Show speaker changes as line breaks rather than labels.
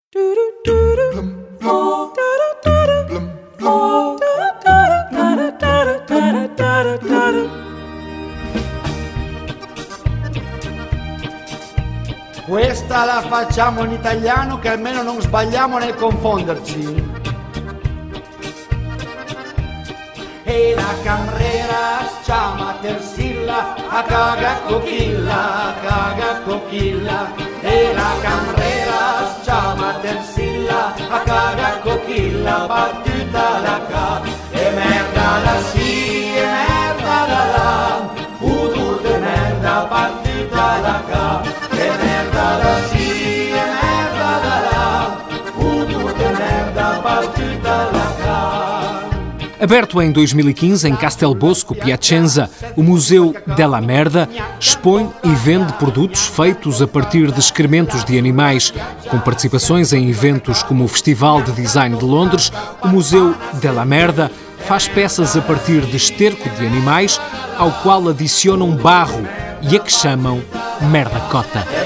Questa la facciamo in italiano che almeno non sbagliamo nel confonderci. E la camrera chiama Tersilla a caga coquilla. E la camrera chiama Tersilla a caga coquilla, battuta la ca. E merda da sì, e merda da là, udur de merda, battuta la ca. E merda da sì, e merda da là, udur de merda, battuta la ca.
Aberto em 2015 em Castelbosco, Piacenza, o Museu della Merda expõe e vende produtos feitos a partir de excrementos de animais. Com participações em eventos como o Festival de Design de Londres, o Museu della Merda faz peças a partir de esterco de animais, ao qual adicionam barro e a que chamam merda cota.